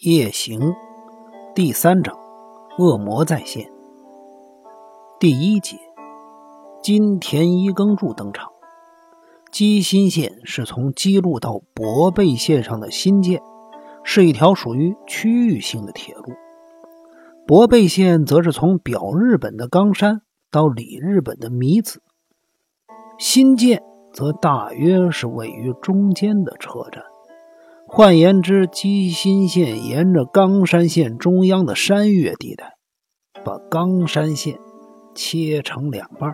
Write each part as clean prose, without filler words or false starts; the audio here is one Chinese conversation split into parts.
夜行第3章，恶魔再现。第1节，金田一耕助登场。基辛线是从基路到博贝线上的新建，是一条属于区域性的铁路。博贝线则是从表日本的冈山到里日本的米子。新建则大约是位于中间的车站。换言之，基辛线沿着冈山线中央的山岳地带，把冈山线切成2半。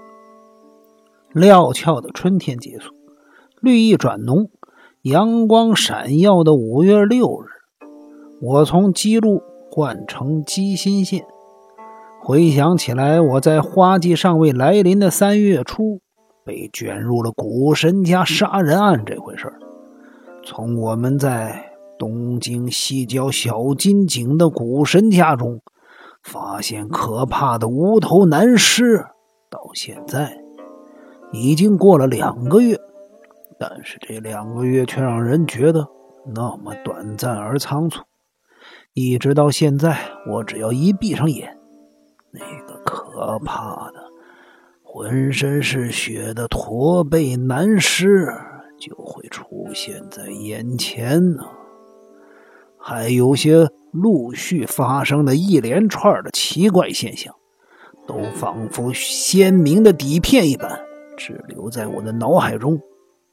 料峭的春天结束，绿意转浓，阳光闪耀的5月6日，我从基路换乘基辛线。回想起来，我在花季尚未来临的3月初被卷入了古神家杀人案这回事儿。从我们在东京西郊小金井的古神家中发现可怕的无头男尸，到现在已经过了2个月，但是这2个月却让人觉得那么短暂而仓促。一直到现在，我只要一闭上眼，那个可怕的浑身是血的驼背男尸就会出现在眼前呢。还有些陆续发生的一连串的奇怪现象，都仿佛鲜明的底片一般滞留在我的脑海中。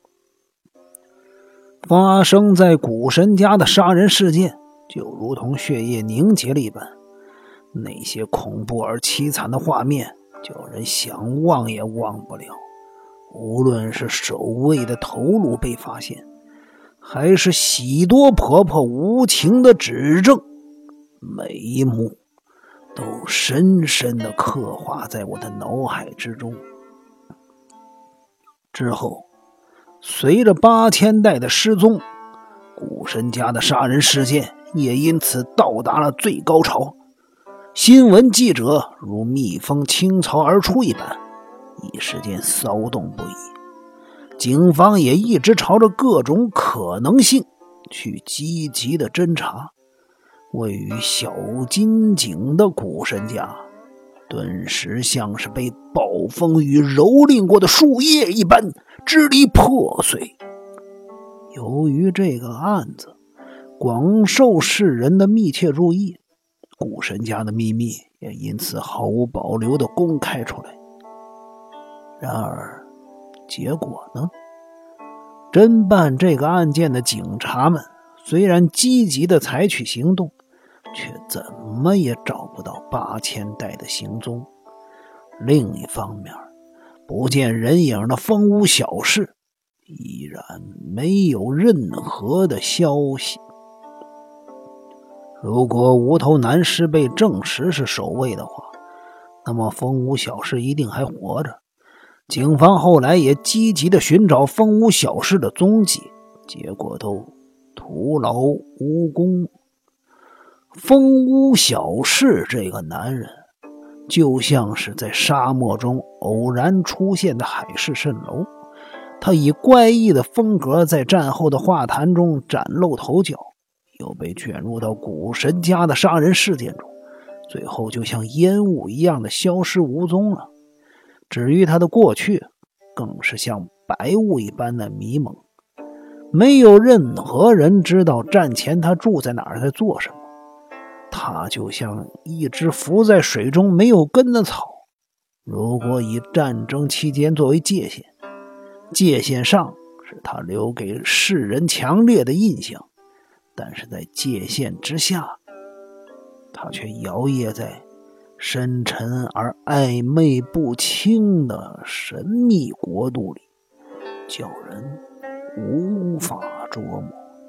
发生在古神家的杀人事件就如同血液凝结了一般，那些恐怖而凄惨的画面叫人想忘也忘不了。无论是守卫的头颅被发现，还是喜多婆婆无情的指证，每一幕都深深地刻画在我的脑海之中。之后，随着8000代的失踪，古神家的杀人事件也因此到达了最高潮。新闻记者如蜜蜂倾巢而出一般，一时间骚动不已。警方也一直朝着各种可能性去积极的侦查。位于小金井的古神家顿时像是被暴风雨蹂躏过的树叶一般支离破碎。由于这个案子广受世人的密切注意，古神家的秘密也因此毫无保留地公开出来。然而结果呢？侦办这个案件的警察们虽然积极地采取行动，却怎么也找不到8000代的行踪。另一方面，不见人影的风屋小市依然没有任何的消息。如果无头男尸被证实是守卫的话，那么风屋小市一定还活着。警方后来也积极地寻找风屋小市的踪迹，结果都徒劳无功。风屋小市这个男人就像是在沙漠中偶然出现的海市蜃楼，他以怪异的风格在战后的画坛中崭露头角，又被卷入到古神家的杀人事件中，最后就像烟雾一样的消失无踪了。至于他的过去，更是像白雾一般的迷蒙，没有任何人知道战前他住在哪儿，在做什么。他就像一只浮在水中没有根的草，如果以战争期间作为界限，界限上是他留给世人强烈的印象，但是在界限之下，他却摇曳在深沉而暧昧不清的神秘国度里，叫人无法捉摸。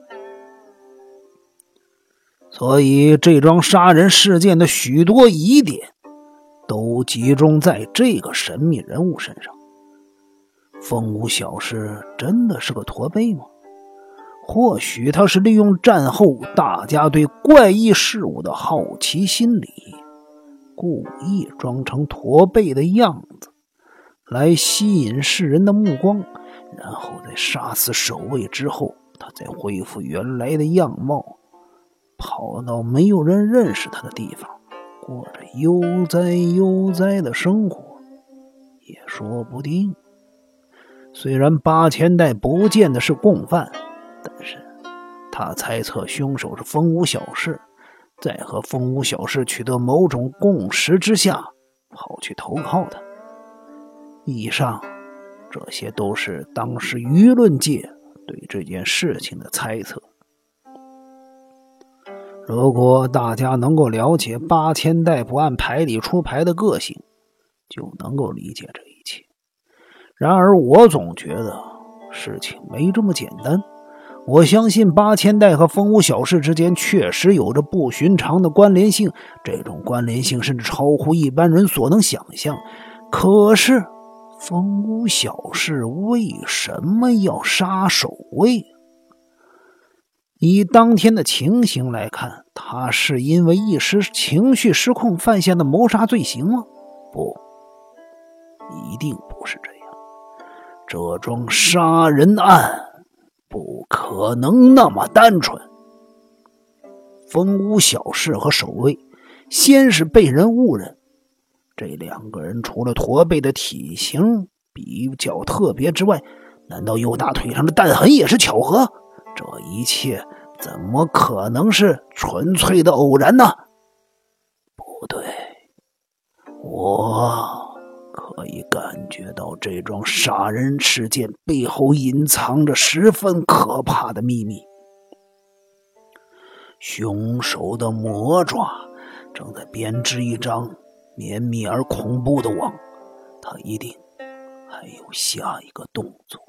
所以这桩杀人事件的许多疑点都集中在这个神秘人物身上。风屋小市真的是个驼背吗？或许他是利用战后大家对怪异事物的好奇心理，故意装成驼背的样子，来吸引世人的目光，然后在杀死守卫之后，他再恢复原来的样貌。 跑到没有人认识他的地方，过着悠哉悠哉的生活，也说不定。虽然8000代不见的是共犯，但是他猜测凶手是风无小氏，在和风无小氏取得某种共识之下，跑去投靠他。以上这些都是当时舆论界对这件事情的猜测。如果大家能够了解8000代不按牌理出牌的个性，就能够理解这一切。然而我总觉得事情没这么简单。我相信8000代和风无小氏之间确实有着不寻常的关联性，这种关联性甚至超乎一般人所能想象。可是风无小氏为什么要杀守卫？以当天的情形来看，他是因为一时情绪失控犯下的谋杀罪行吗？不，一定不是这样。这桩杀人案不可能那么单纯。风无小氏和守卫先是被人误认，这两个人除了驼背的体型比较特别之外，难道右大腿上的弹痕也是巧合？这一切怎么可能是纯粹的偶然呢？不对，我可以感觉到这桩杀人事件背后隐藏着十分可怕的秘密。凶手的魔爪正在编织一张绵密而恐怖的网，他一定还有下一个动作。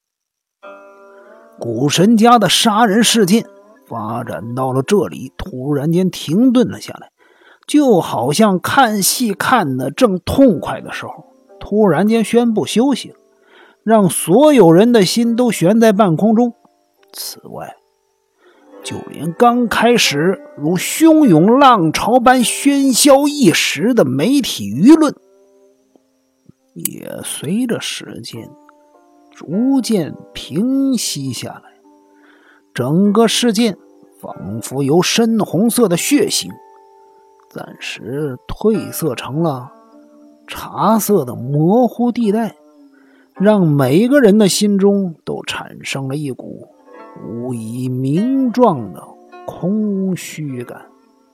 古神家的杀人事件发展到了这里，突然间停顿了下来，就好像看戏看得正痛快的时候，突然间宣布休息了，让所有人的心都悬在半空中。此外，就连刚开始如汹涌浪潮般喧嚣一时的媒体舆论，也随着时间逐渐平息下来。整个事件仿佛由深红色的血腥暂时褪色成了茶色的模糊地带，让每个人的心中都产生了一股无以名状的空虚感。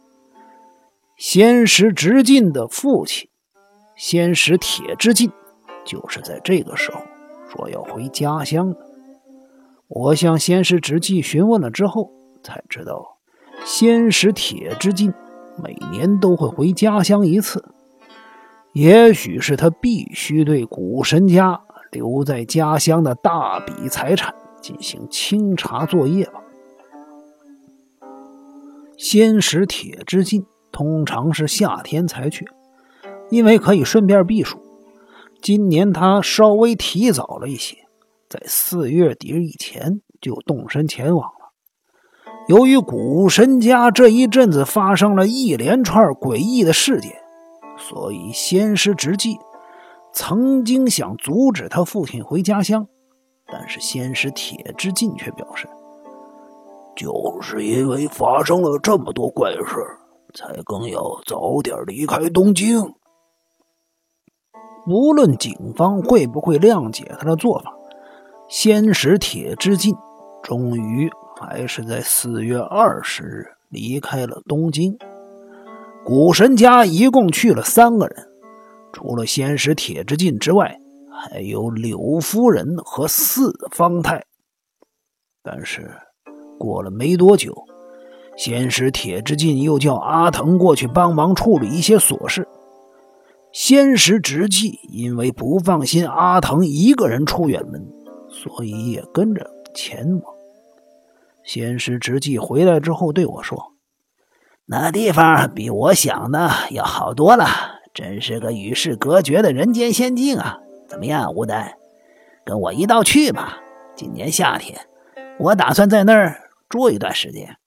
仙石直进的父亲仙石铁之进就是在这个时候说要回家乡的。我向仙石直进询问了之后，才知道仙石铁之进每年都会回家乡一次，也许是他必须对古神家留在家乡的大笔财产进行清查作业吧。仙石铁之进通常是夏天才去，因为可以顺便避暑。今年他稍微提早了一些，在4月底以前就动身前往了。由于古神家这一阵子发生了一连串诡异的事件，所以仙石直纪曾经想阻止他父亲回家乡，但是仙石铁之进却表示，就是因为发生了这么多怪事，才更要早点离开东京。无论警方会不会谅解他的做法，仙石铁之进终于还是在4月20日离开了东京。古神家一共去了3个人，除了仙石铁之进之外，还有柳夫人和四方太。但是过了没多久，仙石铁之进又叫阿藤过去帮忙处理一些琐事。仙石直纪因为不放心阿藤一个人出远门，所以也跟着前往。仙石直纪回来之后对我说，那地方比我想的要好多了，真是个与世隔绝的人间仙境啊！怎么样，吴丹，跟我一道去吧，今年夏天我打算在那儿住一段时间。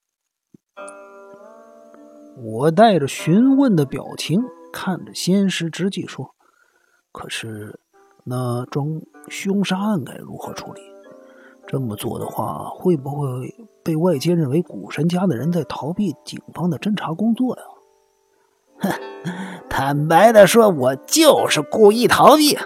我带着询问的表情看着仙石直纪说，可是那桩凶杀案该如何处理？ 这么做的话，会不会被外界认为古神家的人在逃避警方的侦查工作呀？ 哼，坦白的说，我就是故意逃避。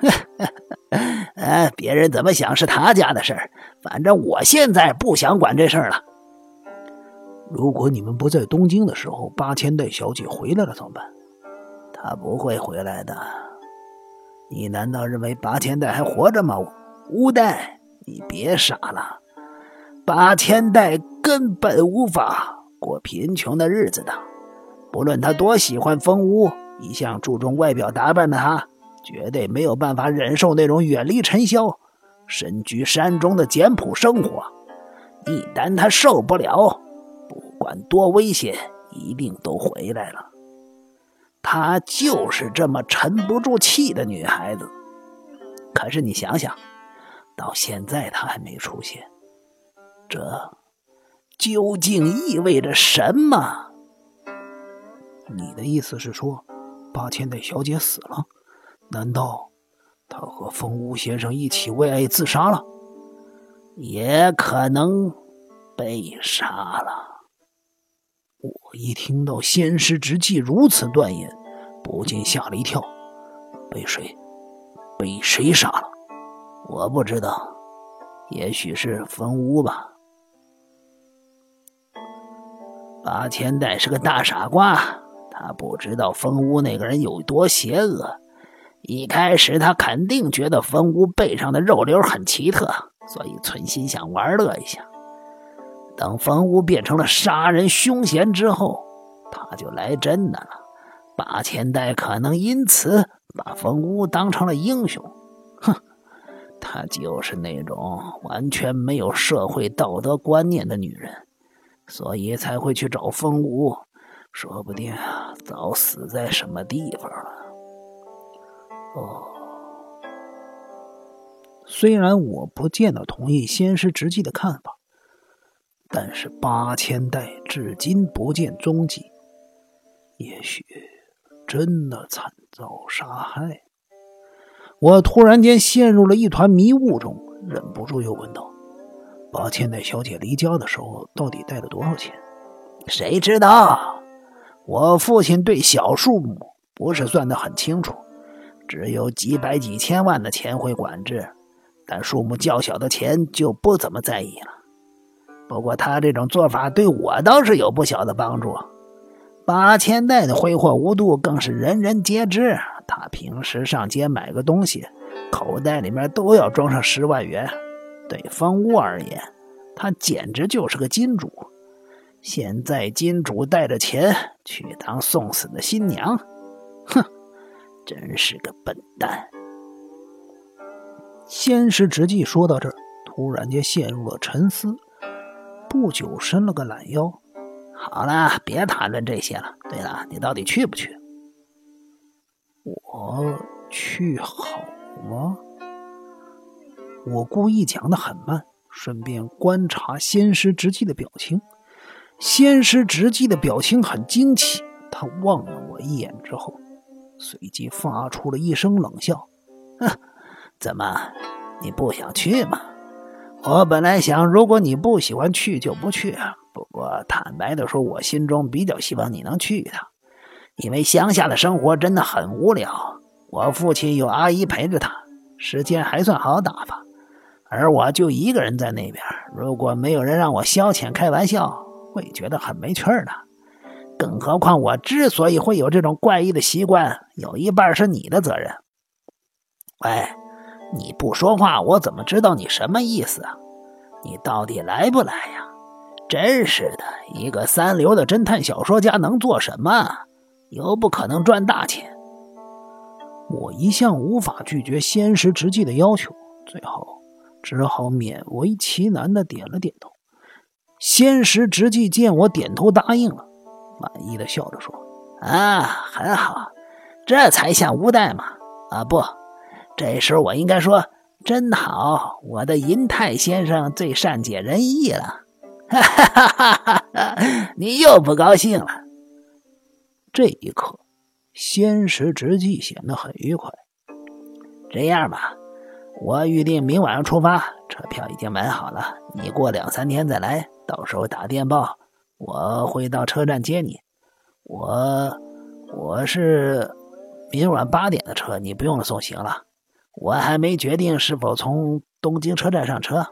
别人怎么想是他家的事儿，反正我现在不想管这事儿了。 如果你们不在东京的时候，八千代小姐回来了怎么办？ 她不会回来的。你难道认为八千代还活着吗？乌代，你别傻了。八千代根本无法过贫穷的日子的。不论他多喜欢风屋，一向注重外表打扮的他，绝对没有办法忍受那种远离尘嚣、身居山中的简朴生活。一旦他受不了，不管多危险，一定都回来了。她就是这么沉不住气的女孩子。可是你想想，到现在她还没出现，这究竟意味着什么？ 你的意思是说，八千代小姐死了？难道她和风屋先生一起为爱自杀了？ 也可能被杀了。 我一听到仙师直纪如此断言，不禁吓了一跳。被谁杀了？ 我不知道，也许是风屋吧。八千代是个大傻瓜，他不知道风屋那个人有多邪恶。一开始他肯定觉得风屋背上的肉瘤很奇特，所以存心想玩乐一下。等风屋变成了杀人凶嫌之后，他就来真的了。八千代可能因此把风屋当成了英雄。哼，她就是那种完全没有社会道德观念的女人，所以才会去找风屋，说不定早死在什么地方了。 虽然我不见得同意仙师直纪的看法，但是八千代至今不见踪迹，也许真的惨遭杀害。我突然间陷入了一团迷雾中，忍不住又问道：八千代小姐离家的时候到底带了多少钱？ 谁知道？我父亲对小数目不是算得很清楚，只有几百几千万的钱会管制，但数目较小的钱就不怎么在意了。不过他这种做法对我倒是有不小的帮助。八千代的挥霍无度更是人人皆知，他平时上街买个东西，口袋里面都要装上10万元。对风屋而言，他简直就是个金主。现在金主带着钱去当送死的新娘，哼，真是个笨蛋。 仙师直纪说到这儿，突然间陷入了沉思，不久伸了个懒腰。 好了，别谈论这些了。对了，你到底去不去？ 我去好吗？我故意讲得很慢，顺便观察仙师直纪的表情。仙师直纪的表情很惊奇，他望了我一眼之后，随即发出了一声冷笑： 怎么，你不想去吗？我本来想，如果你不喜欢去就不去，不过坦白的说，我心中比较希望你能去一趟，因为乡下的生活真的很无聊。我父亲有阿姨陪着他，时间还算好打发，而我就一个人在那边，如果没有人让我消遣开玩笑，会觉得很没趣的。更何况我之所以会有这种怪异的习惯，有一半是你的责任。喂，你不说话，我怎么知道你什么意思啊？你到底来不来呀？真是的，一个三流的侦探小说家能做什么？又不可能赚大钱。 我一向无法拒绝仙师直纪的要求，最后只好勉为其难地点了点头。仙师直纪见我点头答应了，满意的笑着说： 很好，这才像乌代嘛。不，这时候我应该说真好，我的银泰先生最善解人意了。你又不高兴了。 这一刻，仙师直纪显得很愉快。 这样吧， 我预定明晚上出发，车票已经买好了，你过2-3天再来，到时候打电报，我会到车站接你。我是明晚8点的车，你不用送行了。我还没决定是否从东京车站上车。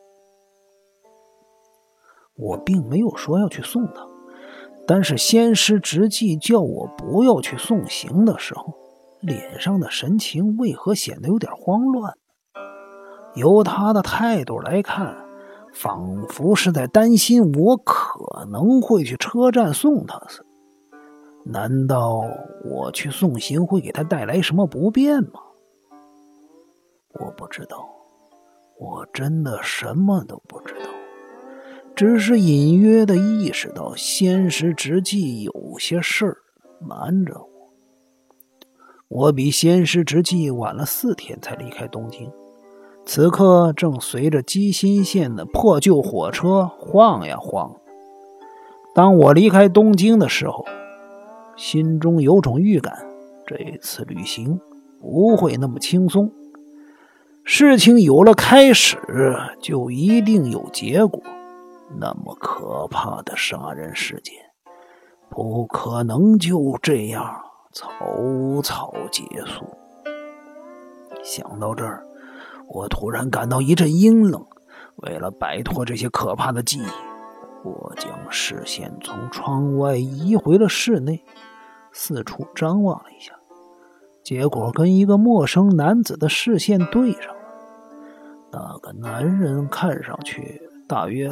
我并没有说要去送他，但是仙师直纪叫我不要去送行的时候，脸上的神情为何显得有点慌乱？由他的态度来看，仿佛是在担心我可能会去车站送他似的。难道我去送行会给他带来什么不便吗？我不知道，我真的什么都不知道，只是隐约的意识到仙师直纪有些事儿瞒着我。我比仙师直纪晚了4天才离开东京，此刻正随着姬新线的破旧火车晃呀晃。当我离开东京的时候，心中有种预感，这次旅行不会那么轻松。事情有了开始，就一定有结果。那么可怕的杀人事件，不可能就这样草草结束。想到这儿，我突然感到一阵阴冷。为了摆脱这些可怕的记忆，我将视线从窗外移回了室内，四处张望了一下，结果跟一个陌生男子的视线对上了。那个男人看上去大约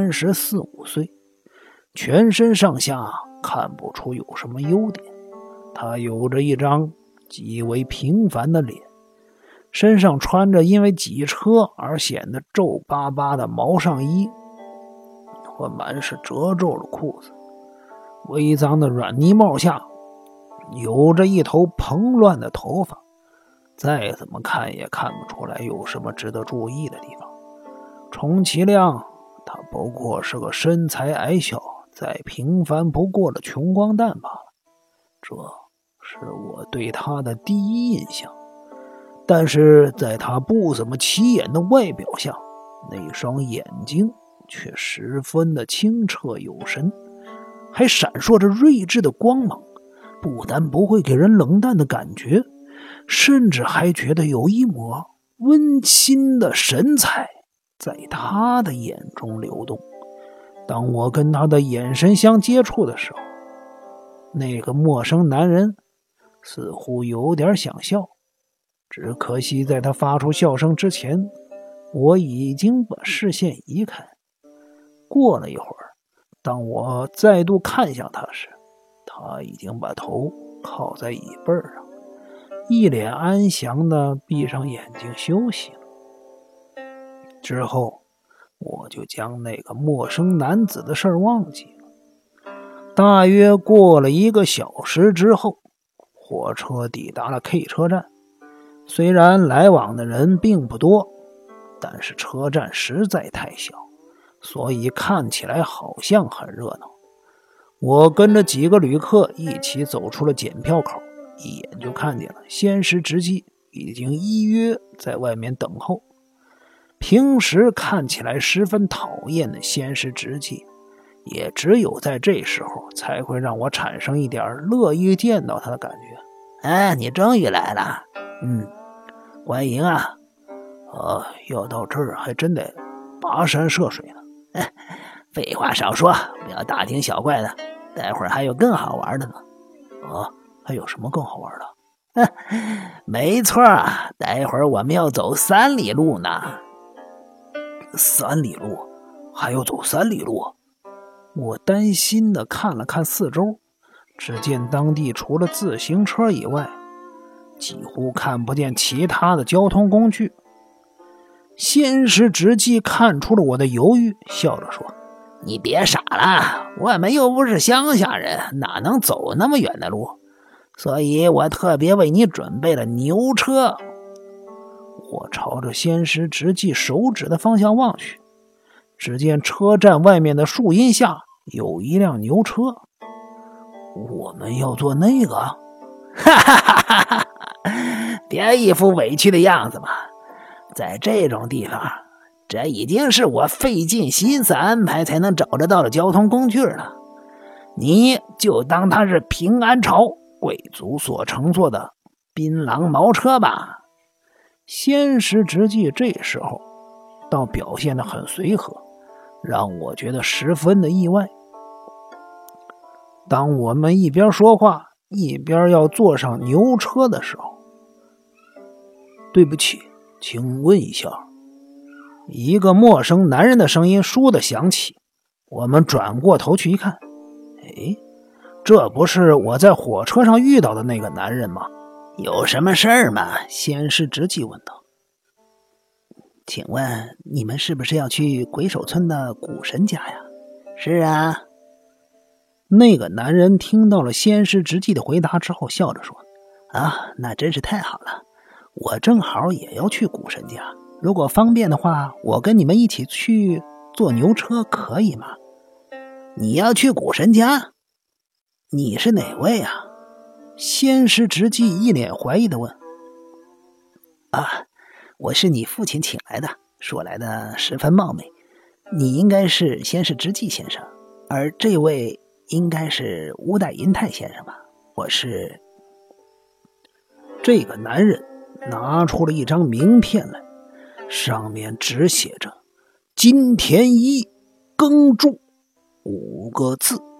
34、35岁，全身上下看不出有什么优点。他有着一张极为平凡的脸，身上穿着因为挤车而显得皱巴巴的毛上衣和满是褶皱的裤子，微脏的软呢帽下有着一头蓬乱的头发，再怎么看也看不出来有什么值得注意的地方。充其量他不过是个身材矮小再平凡不过的穷光蛋罢了，这是我对他的第一印象。但是在他不怎么起眼的外表下，那双眼睛却十分的清澈有神，还闪烁着睿智的光芒，不但不会给人冷淡的感觉，甚至还觉得有一抹温馨的神采在他的眼中流动。当我跟他的眼神相接触的时候，那个陌生男人似乎有点想笑，只可惜在他发出笑声之前，我已经把视线移开。过了一会儿，当我再度看向他时，他已经把头靠在椅背上，一脸安详地闭上眼睛休息了。之后我就将那个陌生男子的事忘记了。大约过了1个小时之后，火车抵达了 K 车站。虽然来往的人并不多，但是车站实在太小，所以看起来好像很热闹。我跟着几个旅客一起走出了检票口，一眼就看见了仙师直纪已经依约在外面等候。平时看起来十分讨厌的仙师直纪，也只有在这时候才会让我产生一点乐意见到他的感觉。 哎，你终于来了。 欢迎啊。要到这儿还真得跋山涉水呢。 废话少说，不要大惊小怪的，待会儿还有更好玩的呢。 还有什么更好玩的？ 没错，待会儿我们要走3里路呢。 3里路？还要走3里路？我担心地看了看四周，只见当地除了自行车以外，几乎看不见其他的交通工具。仙师直纪看出了我的犹豫，笑着说：“ 你别傻了，我们又不是乡下人，哪能走那么远的路？所以我特别为你准备了牛车。”我朝着仙师直纪手指的方向望去，只见车站外面的树荫下有一辆牛车。 我们要坐那个？ 哈哈哈哈！别一副委屈的样子嘛。 在这种地方，这已经是我费尽心思安排才能找得到的交通工具了。你就当它是平安朝贵族所乘坐的槟榔毛车吧。 仙石直纪这时候倒表现得很随和，让我觉得十分的意外。当我们一边说话一边要坐上牛车的时候，对不起，请问一下，一个陌生男人的声音倏地响起。我们转过头去一看，哎，这不是我在火车上遇到的那个男人吗？ 有什么事儿吗？ 仙石直纪问道。 请问你们是不是要去鬼手村的古神家呀？是啊。 那个男人听到了仙石直纪的回答之后笑着说， 啊，那真是太好了，我正好也要去古神家，如果方便的话，我跟你们一起去坐牛车可以吗？你要去古神家？你是哪位啊？ 仙石直纪一脸怀疑地问。 啊，我是你父亲请来的，说来的十分冒昧。你应该是仙石直纪先生，而这位应该是乌代银太先生吧？我是…… 这个男人拿出了一张名片来，上面只写着金田一耕助5个字。